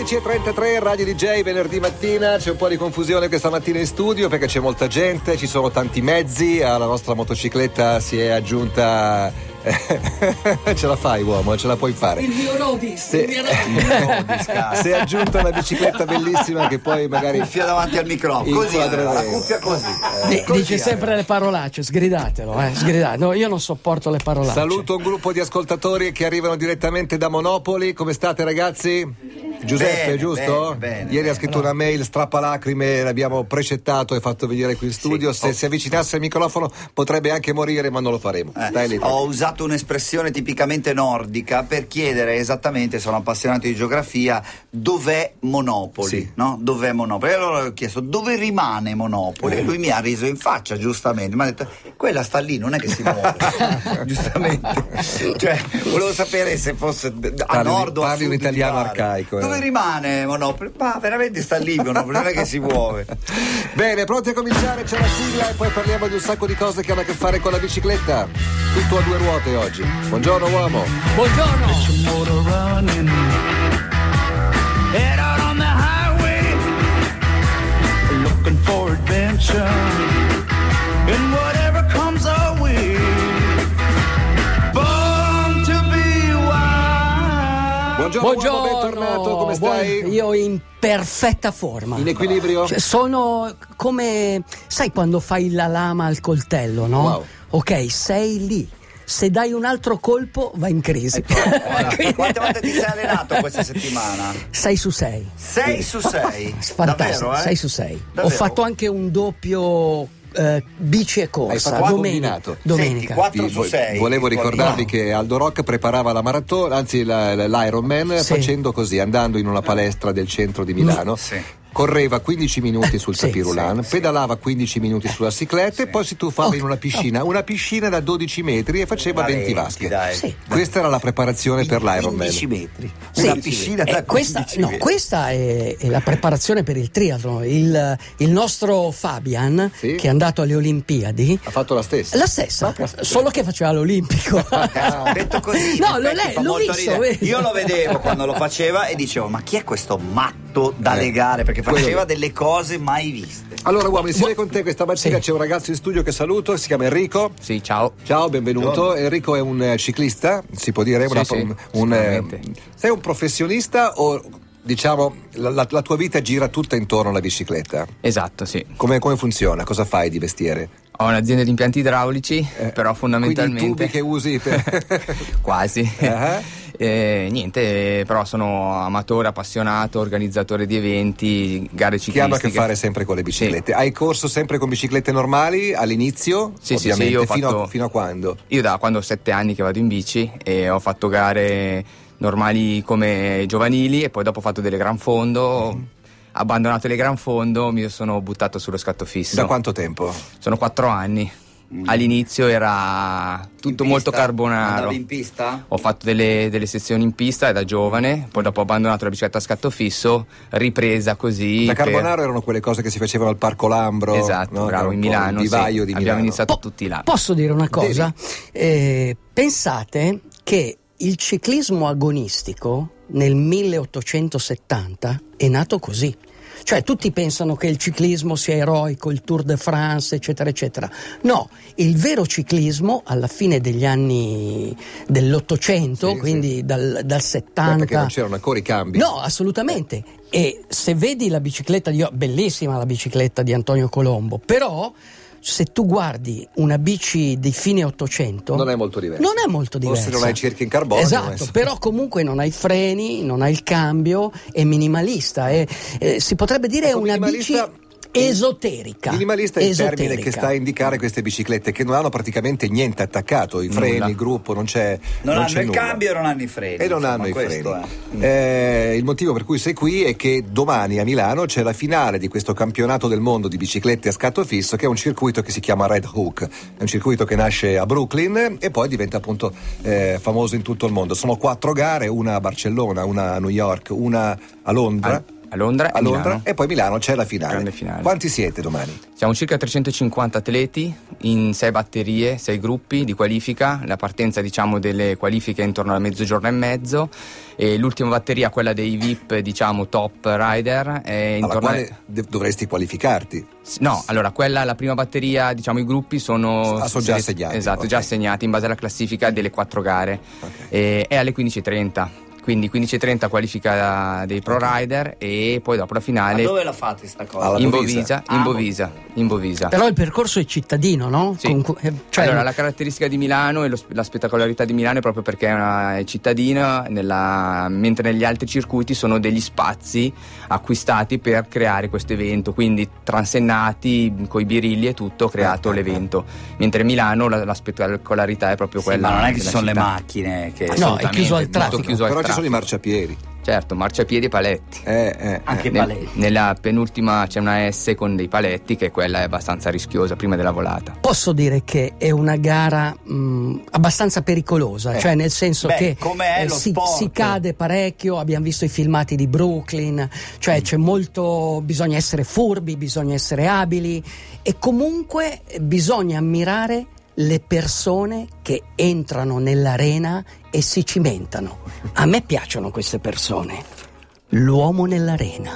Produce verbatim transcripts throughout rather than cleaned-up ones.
undici e trentatré, Radio D J, venerdì mattina. C'è un po' di confusione questa mattina in studio perché c'è molta gente, ci sono tanti mezzi. Alla nostra motocicletta si è aggiunta. Ce la fai, uomo, ce la puoi fare. Il mio Rodis, Se... il mio Rodis. Si è aggiunta una bicicletta bellissima che poi magari cuffia davanti al microfono, così, la cuffia così. Eh, così dice sempre le parolacce, sgridatelo, eh, sgridate. No, io non sopporto le parolacce. Saluto un gruppo di ascoltatori che arrivano direttamente da Monopoli. Come state, ragazzi? Giuseppe, bene, giusto? Bene, bene, Ieri ha scritto allora. una mail strappalacrime, l'abbiamo precettato e fatto venire qui in studio. Sì, Se ho... si avvicinasse al microfono potrebbe anche morire, ma non lo faremo. Eh, Stai lì. Ho usato un'espressione tipicamente nordica per chiedere esattamente, sono appassionato di geografia, dov'è Monopoli, sì. no? Dov'è Monopoli? E allora ho chiesto dove rimane Monopoli, e lui mi ha riso in faccia, giustamente, mi ha detto quella sta lì, non è che si muove. Giustamente, cioè volevo sapere se fosse a parli, nord o a parli sud un italiano di Bari. arcaico. Dove eh. rimane Monopoli? Ma veramente sta lì Monopoli, non è che si muove. Bene, pronti a cominciare, c'è la sigla e poi parliamo di un sacco di cose che hanno a che fare con la bicicletta. Tutto a due ruote oggi. Buongiorno uomo. Buongiorno. Head out on the highway, looking for adventure, and whatever comes our way, born to be wild. Buongiorno, Buongiorno, uomo, bentornato, come stai? Buon- io in perfetta forma. In equilibrio? Cioè, sono come, sai quando fai la lama al coltello, no? Wow. Ok, sei lì. Se dai un altro colpo va in crisi. Ecco, guarda, quante volte ti sei allenato questa settimana? sei su sei. sei su sei? Fantastico, Davvero, eh? sei su sei. Davvero? Ho fatto anche un doppio eh, bici e Hai corsa fatto un domenica. combinato. domenica. Senti, quattro Vi- su sei. Volevo ricordarvi No. che Aldo Rock preparava la maratona, anzi la- la- l'Ironman, Sì. facendo così, andando in una palestra del centro di Milano. Sì. Correva quindici minuti sul Sì, tapirulan, sì, pedalava quindici minuti sulla cicletta e poi si tuffava Oh, in una piscina, una piscina da dodici metri e faceva Da venti venti, vasche. dai. Sì. Questa era la preparazione per l'Ironman. quindici metri. Sì, Una piscina eh, da questa, quindici no, metri. questa è, è la preparazione per il triathlon. Il, il nostro Fabian, Sì. che è andato alle Olimpiadi, Ha fatto la stessa. la stessa, solo che faceva l'olimpico. Ah, detto così, No, in l'ho, effetti le- fa l'ho molto visto. ridere. vedi? Io lo vedevo quando lo faceva e dicevo ma chi è questo matto da Eh. legare, perché Quello faceva lì. delle cose mai viste. Allora uomo, insieme con te questa mattina Sì. c'è un ragazzo in studio che saluto, si chiama Enrico. Sì, ciao. Ciao, benvenuto. Enrico è un eh, ciclista, si può dire? Sì, Una- sì, un, un, eh, sicuramente. sei un professionista o diciamo la, la- la tua vita gira tutta intorno alla bicicletta? Esatto, sì. Come, come funziona? Cosa fai di mestiere? Ho un'azienda di impianti idraulici, Eh, però fondamentalmente Quindi i tubi che usi per... quasi. Ah. Eh, niente, però sono amatore, appassionato, organizzatore di eventi, gare Che ciclistiche. hanno a che fare sempre con le biciclette. Hai corso sempre con biciclette normali all'inizio? Sì, sì, ovviamente, sì, io ho fino, fatto- a, fino a quando? Io da quando ho sette anni che vado in bici e ho fatto gare normali come giovanili e poi dopo ho fatto delle gran fondo, Mm-hmm. abbandonato le gran fondo, mi sono buttato sullo scatto fisso. Da quanto tempo? Sono quattro anni. All'inizio era tutto In molto pista? carbonaro. Andavi in pista? Ho fatto delle, delle sezioni in pista da giovane, poi dopo ho abbandonato la bicicletta a scatto fisso, ripresa così. Da per- Carbonaro erano quelle cose che si facevano al Parco Lambro. Esatto, no? Che era bravo, un in po' Milano. Il vivaio sì. di Abbiamo Milano. iniziato Po- tutti là. Posso dire una cosa? Eh, pensate che il ciclismo agonistico nel milleottocentosettanta è nato così. Cioè tutti pensano che il ciclismo sia eroico, il Tour de France, eccetera, eccetera. No, il vero ciclismo alla fine degli anni dell'Ottocento, Sì, quindi sì. Dal, dal Beh, settanta... perché non c'erano ancora i cambi. No, assolutamente. E se vedi la bicicletta di... bellissima la bicicletta di Antonio Colombo, però se tu guardi una bici di fine Ottocento Non è molto diversa. non è molto diversa. Forse non hai cerchi in carbonio. Esatto, eh. però comunque non hai freni, non hai il cambio, è minimalista, è, eh, si potrebbe dire Ecco, una bici minimalista- esoterica. Minimalista è il esoterica. termine che sta a indicare queste biciclette che non hanno praticamente niente attaccato, i freni, Nulla. il gruppo, non c'è Non, hanno c'è il nulla. cambio e non hanno i freni. E non insomma, hanno i questo freni. è. Eh, il motivo per cui sei qui è che domani a Milano c'è la finale di questo campionato del mondo di biciclette a scatto fisso, che è un circuito che si chiama Red Hook. È un circuito che nasce a Brooklyn e poi diventa appunto eh, famoso in tutto il mondo. Sono quattro gare, una a Barcellona, una a New York, una a Londra. Al- a Londra, a e Londra Milano. e poi Milano c'è la finale. Grande finale. Quanti siete domani? Siamo circa trecentocinquanta atleti in sei batterie, sei gruppi di qualifica. La partenza, diciamo, delle qualifiche è intorno a mezzogiorno e mezzo, e l'ultima batteria, quella dei V I P, diciamo top rider, è Alla intorno quale a... de- dovresti qualificarti. No, allora quella, la prima batteria, diciamo, i gruppi sono, Ah, sono già assegnati. Esatto, Okay. già assegnati in base alla classifica delle quattro gare. Okay. E, è alle quindici e trenta. Quindi quindici e trenta qualifica dei pro rider, e poi dopo la finale Ma dove la fate sta cosa? Alla in Bovisa. Bovisa, Ah, in Bovisa, in Bovisa. Però il percorso è cittadino, no? Sì. Con- eh, cioè, Allora, la caratteristica di Milano e lo- la spettacolarità di Milano è proprio perché è, una, è cittadina, nella, mentre negli altri circuiti sono degli spazi acquistati per creare questo evento, quindi transennati, coi birilli e tutto, ho creato Eh, eh, l'evento. Mentre Milano la, la spettacolarità è proprio Sì, quella. ma non è che ci della sono le città. macchine che... No, è Assolutamente, chiuso al tutto traffico. chiuso al Però ci sono i traffico. marciapiedi. Certo, marciapiedi e paletti. Eh, eh, Anche eh. i Nel- paletti. nella penultima c'è una S con dei paletti, che quella è abbastanza rischiosa prima della volata. Posso dire che è una gara mh, abbastanza pericolosa, Eh. cioè nel senso Beh, che come è lo si, sport. si cade parecchio, abbiamo visto i filmati di Brooklyn, cioè Mm. c'è molto, bisogna essere furbi, bisogna essere abili, e comunque bisogna ammirare le persone che entrano nell'arena e si cimentano. A me piacciono queste persone. L'uomo nell'arena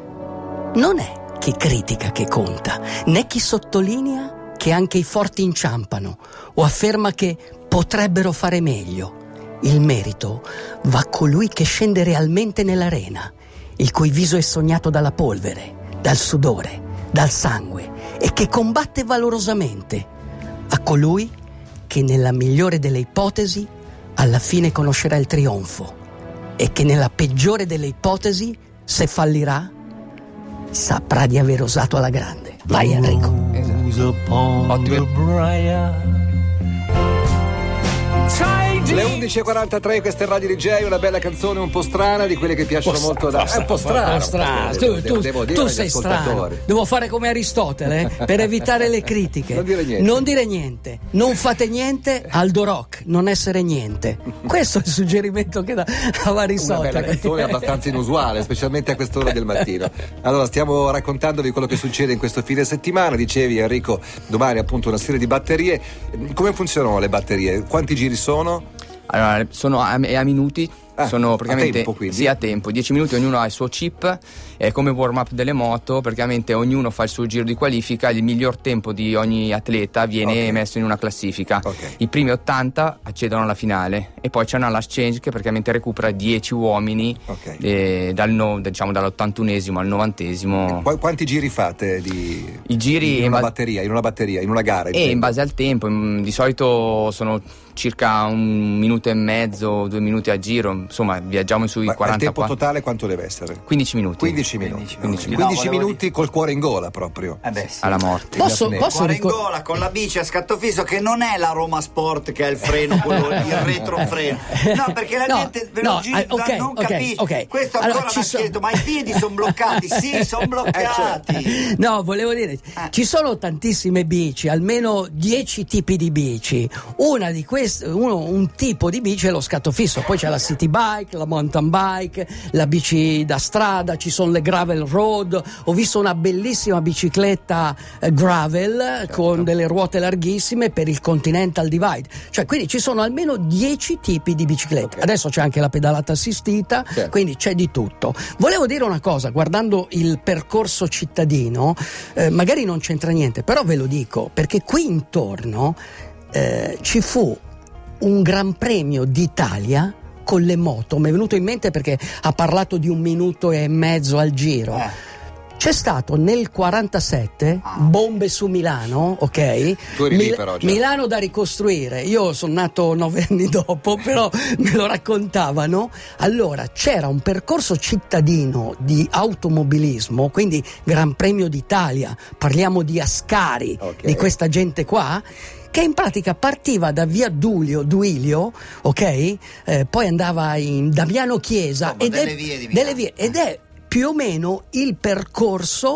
non è chi critica che conta, né chi sottolinea che anche i forti inciampano o afferma che potrebbero fare meglio. Il merito va a colui che scende realmente nell'arena, il cui viso è sognato dalla polvere, dal sudore, dal sangue, e che combatte valorosamente. A colui che nella migliore delle ipotesi alla fine conoscerà il trionfo, e che nella peggiore delle ipotesi, se fallirà, saprà di aver osato alla grande. Vai Enrico. Ottimo. Le undici e quarantatré, questa è Radio D J, una bella canzone un po' strana, di quelle che piacciono Po' molto strana, da... È un po' strana. Un po' strana. un po' Tu, devo- tu- devo dire tu agli sei strano. ascoltatori. Devo fare come Aristotele, eh, per evitare le critiche. Non dire niente. Non dire niente. Non fate niente, Aldo Rock, non essere niente. Questo è il suggerimento che dà a Una Aristotele. bella canzone abbastanza inusuale, specialmente a quest'ora del mattino. Allora, stiamo raccontandovi quello che succede in questo fine settimana. Dicevi, Enrico, domani appunto una serie di batterie. Come funzionano le batterie? Quanti giri sono? Allora, sono a, a minuti, Ah, sono a praticamente tempo, quindi? sì, a tempo, dieci minuti, ognuno ha il suo chip, è come warm up delle moto, praticamente ognuno fa il suo giro di qualifica, il miglior tempo di ogni atleta viene Ok. messo in una classifica. Ok. I primi ottanta accedono alla finale, e poi c'è una last change che praticamente recupera dieci uomini, Ok. eh, dal no- diciamo dall'ottantunesimo al novantesimo. Qu- quanti giri fate di, I giri in in una base- batteria, in una batteria, in una gara? E intendo. in base al tempo, in- di solito sono circa un minuto e mezzo, due minuti a giro, insomma viaggiamo sui Ma il tempo quarantaquattro, totale quanto deve essere? quindici minuti. quindici minuti. quindici minuti. quindici No, volevo minuti col cuore in gola proprio. Eh beh, sì. alla morte. Posso, apnea. posso Cuore in ricor- gola con la bici a scatto fisso, che non è la Roma Sport che ha il freno, quello, il retrofreno. No, perché la No, gente ve no, lo gira, eh, ok, non ok, capisce. ok. Questo Allora, ancora ci mi ha so- chiesto, ma i piedi sono bloccati? Sì, sono bloccati. No, volevo dire, ci sono tantissime bici, almeno dieci tipi di bici. Una di queste, uno, un tipo di bici è lo scatto fisso, poi c'è la city bike, la mountain bike, la bici da strada, ci sono le gravel road. Ho visto una bellissima bicicletta eh, gravel con delle ruote larghissime per il Continental Divide. Cioè, quindi ci sono almeno dieci tipi di biciclette. Ok. Adesso c'è anche la pedalata assistita, Certo. quindi c'è di tutto. Volevo dire una cosa, guardando il percorso cittadino, eh, magari non c'entra niente, però ve lo dico, perché qui intorno eh, ci fu un Gran Premio d'Italia con le moto. Mi è venuto in mente perché ha parlato di un minuto e mezzo al giro. Eh. C'è stato nel quarantasette bombe su Milano, ok? Tu eri lì però già. Milano da ricostruire. Io sono nato nove anni dopo, però me lo raccontavano. Allora c'era un percorso cittadino di automobilismo, quindi Gran Premio d'Italia, parliamo di Ascari, Ok. di questa gente qua, che in pratica partiva da via Duilio, Duilio, ok? Eh, poi andava in Damiano Chiesa Insomma, ed delle è vie di Milano. delle vie, ed è più o meno il percorso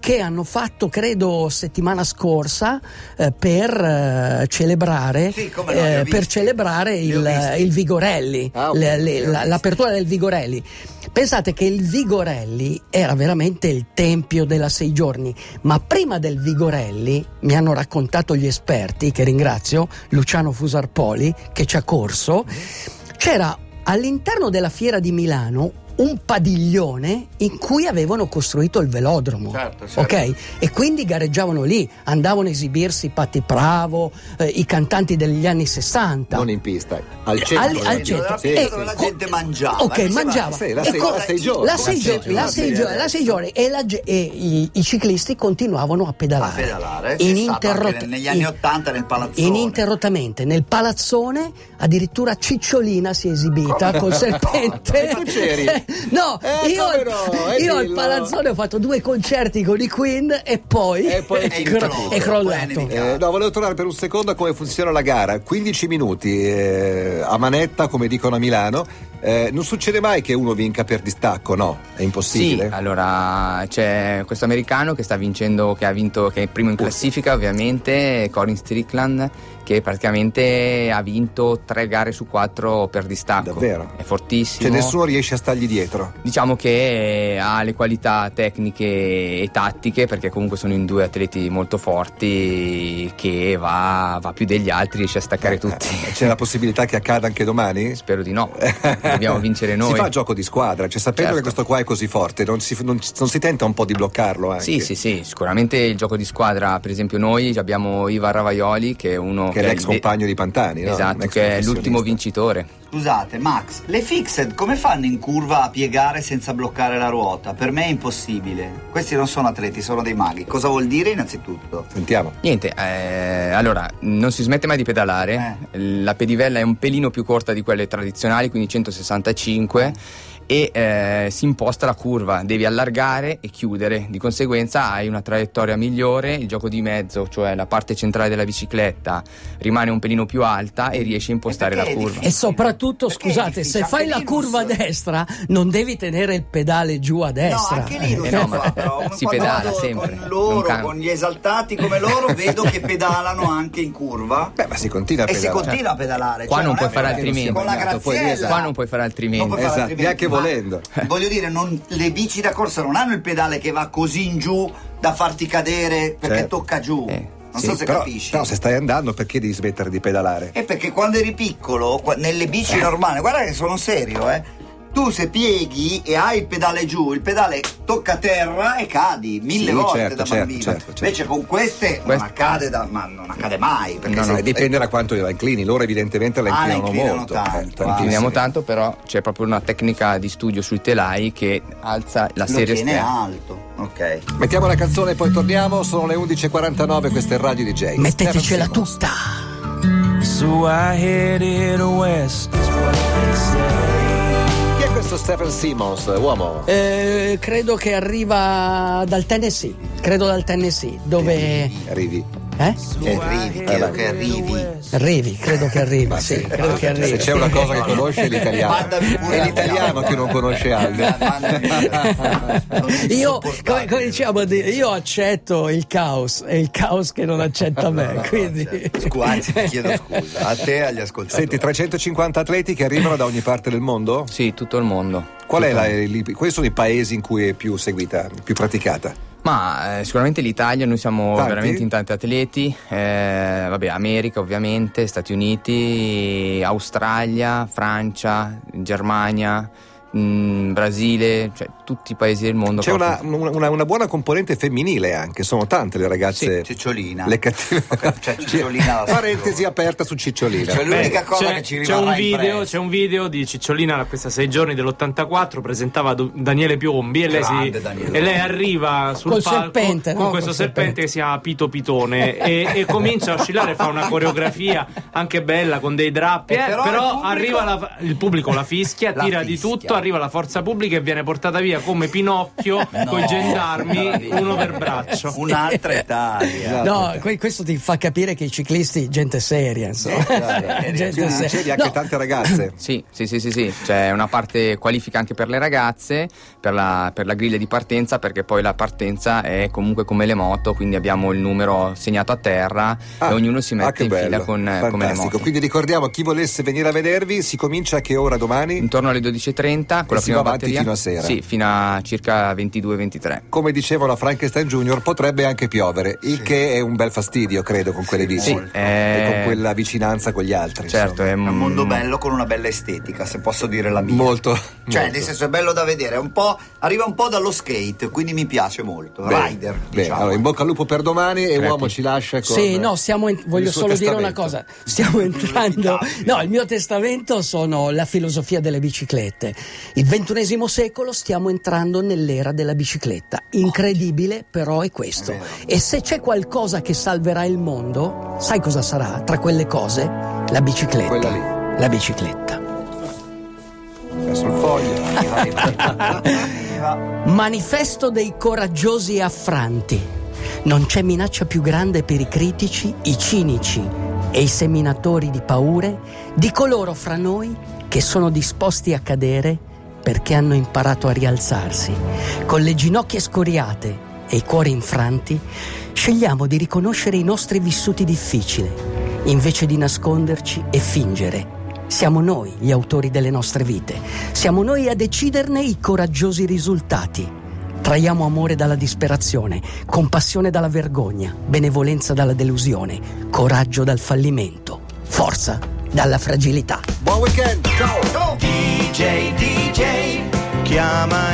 che hanno fatto credo settimana scorsa eh, per eh, celebrare Sì, come no, eh, li ho per visti. celebrare Li ho il, visti. il Vigorelli, Ah, ok, le- le- li ho la- visti. l'apertura del Vigorelli. Pensate che il Vigorelli era veramente il tempio della sei giorni, ma prima del Vigorelli mi hanno raccontato gli esperti, che ringrazio, Luciano Fusarpoli, che ci ha corso, c'era all'interno della fiera di Milano un padiglione in cui avevano costruito il velodromo, Certo, certo. ok? E quindi gareggiavano lì, andavano a esibirsi Patti Bravo, eh, i cantanti degli anni sessanta. Non in pista, al centro. Al- al eh. centro. Sì, Sì, sì. dove la co- gente mangiava. Ok, Mi sembra- mangiava. sì, la E sei- co- la sei giorni. la sei La gio- sei la giorni. sei Sì, gio- la adesso. sei giorni e, la ge- e i, i ciclisti continuavano a pedalare, A pedalare, c'è stato Ininterrot- anche negli anni in- ottanta nel palazzone. ininterrottamente nel palazzone. Addirittura Cicciolina si è esibita col serpente. E tu c'eri? No, Eh, io, come no? E io al dillo. palazzone ho fatto due concerti con i Queen e poi, E poi è è, finito cro- tutto. è crollato. Poi è Eh, no, volevo tornare per un secondo a come funziona la gara. quindici minuti eh, a manetta, come dicono a Milano. Eh, non succede mai che uno vinca per distacco, no? È Sì, impossibile. allora c'è questo americano che sta vincendo, che ha vinto, che è primo in classifica ovviamente, Corin Strickland, che praticamente ha vinto tre gare su quattro per distacco. Davvero? È fortissimo. Cioè nessuno riesce a stargli dietro. Diciamo che ha le qualità tecniche e tattiche, perché comunque sono in due atleti molto forti, che va, va più degli altri, riesce a staccare tutti. Eh, C'è la possibilità che accada anche domani? Spero di no, dobbiamo vincere noi. Si fa gioco di squadra, cioè sapendo Certo. che questo qua è così forte, non si, non- non si tenta un po' di bloccarlo anche? Sì, sì, sì, sicuramente il gioco di squadra, per esempio noi abbiamo Ivan Ravaioli, che è uno Che è l'ex il- compagno di Pantani, no? Esatto, Un ex che è professionista. l'ultimo vincitore. Scusate, Max, le fixed come fanno in curva a piegare senza bloccare la ruota? Per me è impossibile. Questi non sono atleti, sono dei maghi. Cosa vuol dire innanzitutto? Sentiamo. Niente, eh, allora, non si smette mai di pedalare, la pedivella è un pelino più corta di quelle tradizionali, quindi centosessantacinque, e eh, si imposta la curva, devi allargare e chiudere, di conseguenza hai una traiettoria migliore, il gioco di mezzo, cioè la parte centrale della bicicletta, rimane un pelino più alta e riesci a impostare E la perché è curva. E soprattutto, Perché è scusate, difficile? se fai Anche la lì curva a non so. destra, non devi tenere il pedale giù a destra. No, anche lì lo Eh si no, fa, ma però si quando pedala vado sempre, con non loro, cambia. con gli esaltati come loro, vedo che pedalano anche in curva. Beh, ma si continua a E si pedalare. continua a pedalare. Qua cioè, non è puoi fare perché altrimenti. Con la Sbagliato, poi graziella. esatto. Qua non puoi fare altrimenti. Non puoi fare Esatto, altrimenti, neanche ma volendo. Voglio dire, non- le bici da corsa non hanno il pedale che va così in giù da farti cadere perché Certo. tocca giù. Eh, non Sì, so se però, capisci. però se stai andando, perché devi smettere di pedalare? È perché quando eri piccolo, qua- nelle bici normali, guarda che sono serio, eh. Tu se pieghi e hai il pedale giù, il pedale tocca terra e cadi mille Sì, volte certo, da certo, bambino. certo, certo. Invece con queste non Quest- accade da, ma non accade mai. Perché No, se- no, Eh, dipende da quanto la inclini, loro evidentemente la Ah, la inclinano inclinano molto. tanto, eh, ah. tantissimo. Incliniamo tanto, però c'è proprio una tecnica di studio sui telai che alza la lo serie tiene esterna. alto. Ok. Mettiamo la canzone e poi torniamo, sono le undici e quarantanove, questa è Radio D J. Mettetecela Stephen Simmons. tutta. So I headed west, is what they say. Chi è questo Stephen Simmons, uomo? Eh, credo che arriva dal Tennessee, credo dal Tennessee, dove... Arrivi. Eh? Che arrivi, credo che arrivi. Arrivi, credo che arrivi, sì, credo che arrivi. Se c'è una cosa che conosce è l'italiano. Mandami pure È l'italiano che non conosce Aldo. Mandami pure. Sono Io, come, insopportabile. come diciamo, io accetto il caos, è il caos che non accetta me, quindi... Scusa, anzi, ti chiedo scusa a te e agli ascoltatori. Senti, trecentocinquanta atleti che arrivano da ogni parte del mondo? Sì, tutto il mondo. Qual è Tutto- la, li- quali sono i paesi in cui è più seguita, più praticata? Ma eh, sicuramente l'Italia, noi siamo Tanti? veramente in tanti atleti, eh, vabbè, America ovviamente, Stati Uniti, Australia, Francia, Germania, mh, Brasile, cioè tutti i paesi del mondo. C'è una, proprio. una- una buona componente femminile anche, sono tante le ragazze. Cicciolina. Le cattive. Cioè, Cicciolina la Parentesi aperta su Cicciolina. Cioè, l'unica Beh, cosa c'è, che ci c'è rimarrà un video, impresso. c'è un video di Cicciolina a questa sei giorni dell'ottantaquattro, presentava Do- Daniele Piombi e lei, si, Grande Daniele. e lei arriva sul Col palco serpente, con no? questo Col serpente, serpente. che si chiama Pito Pitone e, e comincia a oscillare, fa una coreografia anche bella con dei drappi, E eh, però però, il pubblico- arriva la- il pubblico la fischia, La tira di fischia. tutto, arriva la forza pubblica e viene portata via come Pinocchio No, con i gendarmi, uno per braccio. Un'altra Italia. No, que- questo ti fa capire che i ciclisti, gente seria, insomma. Gente Quindi seria. dicevi anche No, tante ragazze. Sì, sì, sì, sì, sì, c'è una parte qualifica anche per le ragazze, per la, per la griglia di partenza, perché poi la partenza è comunque come le moto, quindi abbiamo il numero segnato a terra Ah, e ognuno si ah, mette che in fila bello, con, come le fantastico. moto. Quindi ricordiamo, chi volesse venire a vedervi, si comincia a che ora domani? Intorno alle dodici e trenta con E la si prima va avanti batteria. fino a sera. Sì, fino a circa ventidue ventitré. Come dicevano a Frankenstein Junior, potrebbe anche piovere, il che è un bel fastidio, credo, con quelle bici. Sì, E eh, con quella vicinanza con gli altri. certo, insomma. è È un mondo bello con una bella estetica, se posso dire la mia. Molto. Cioè, molto. nel senso, è bello da vedere, è un po', arriva un po' dallo skate, quindi mi piace molto. Bene, Rider, bene. diciamo. Allora, in bocca al lupo per domani, e Crepi. uomo ci lascia con Sì, no, stiamo en- voglio il suo solo dire una testamento. cosa. Stiamo entrando. No, il mio testamento sono la filosofia delle biciclette. Il ventunesimo secolo stiamo entrando nell'era della bicicletta. Incredibile, però è questo. È vero. E se c'è qualcosa che salverà il mondo, sai cosa sarà? Tra quelle cose, la bicicletta. Quella lì. La bicicletta. È sul foglio. Manifesto dei coraggiosi e affranti. Non c'è minaccia più grande per i critici, i cinici e i seminatori di paure di coloro fra noi che sono disposti a cadere perché hanno imparato a rialzarsi. Con le ginocchia scoriate e i cuori infranti, scegliamo di riconoscere i nostri vissuti difficili, invece di nasconderci e fingere. Siamo noi gli autori delle nostre vite, siamo noi a deciderne i coraggiosi risultati. Traiamo amore dalla disperazione, compassione dalla vergogna, benevolenza dalla delusione, coraggio dal fallimento, forza dalla fragilità. Buon weekend, ciao! D J, D J, chiama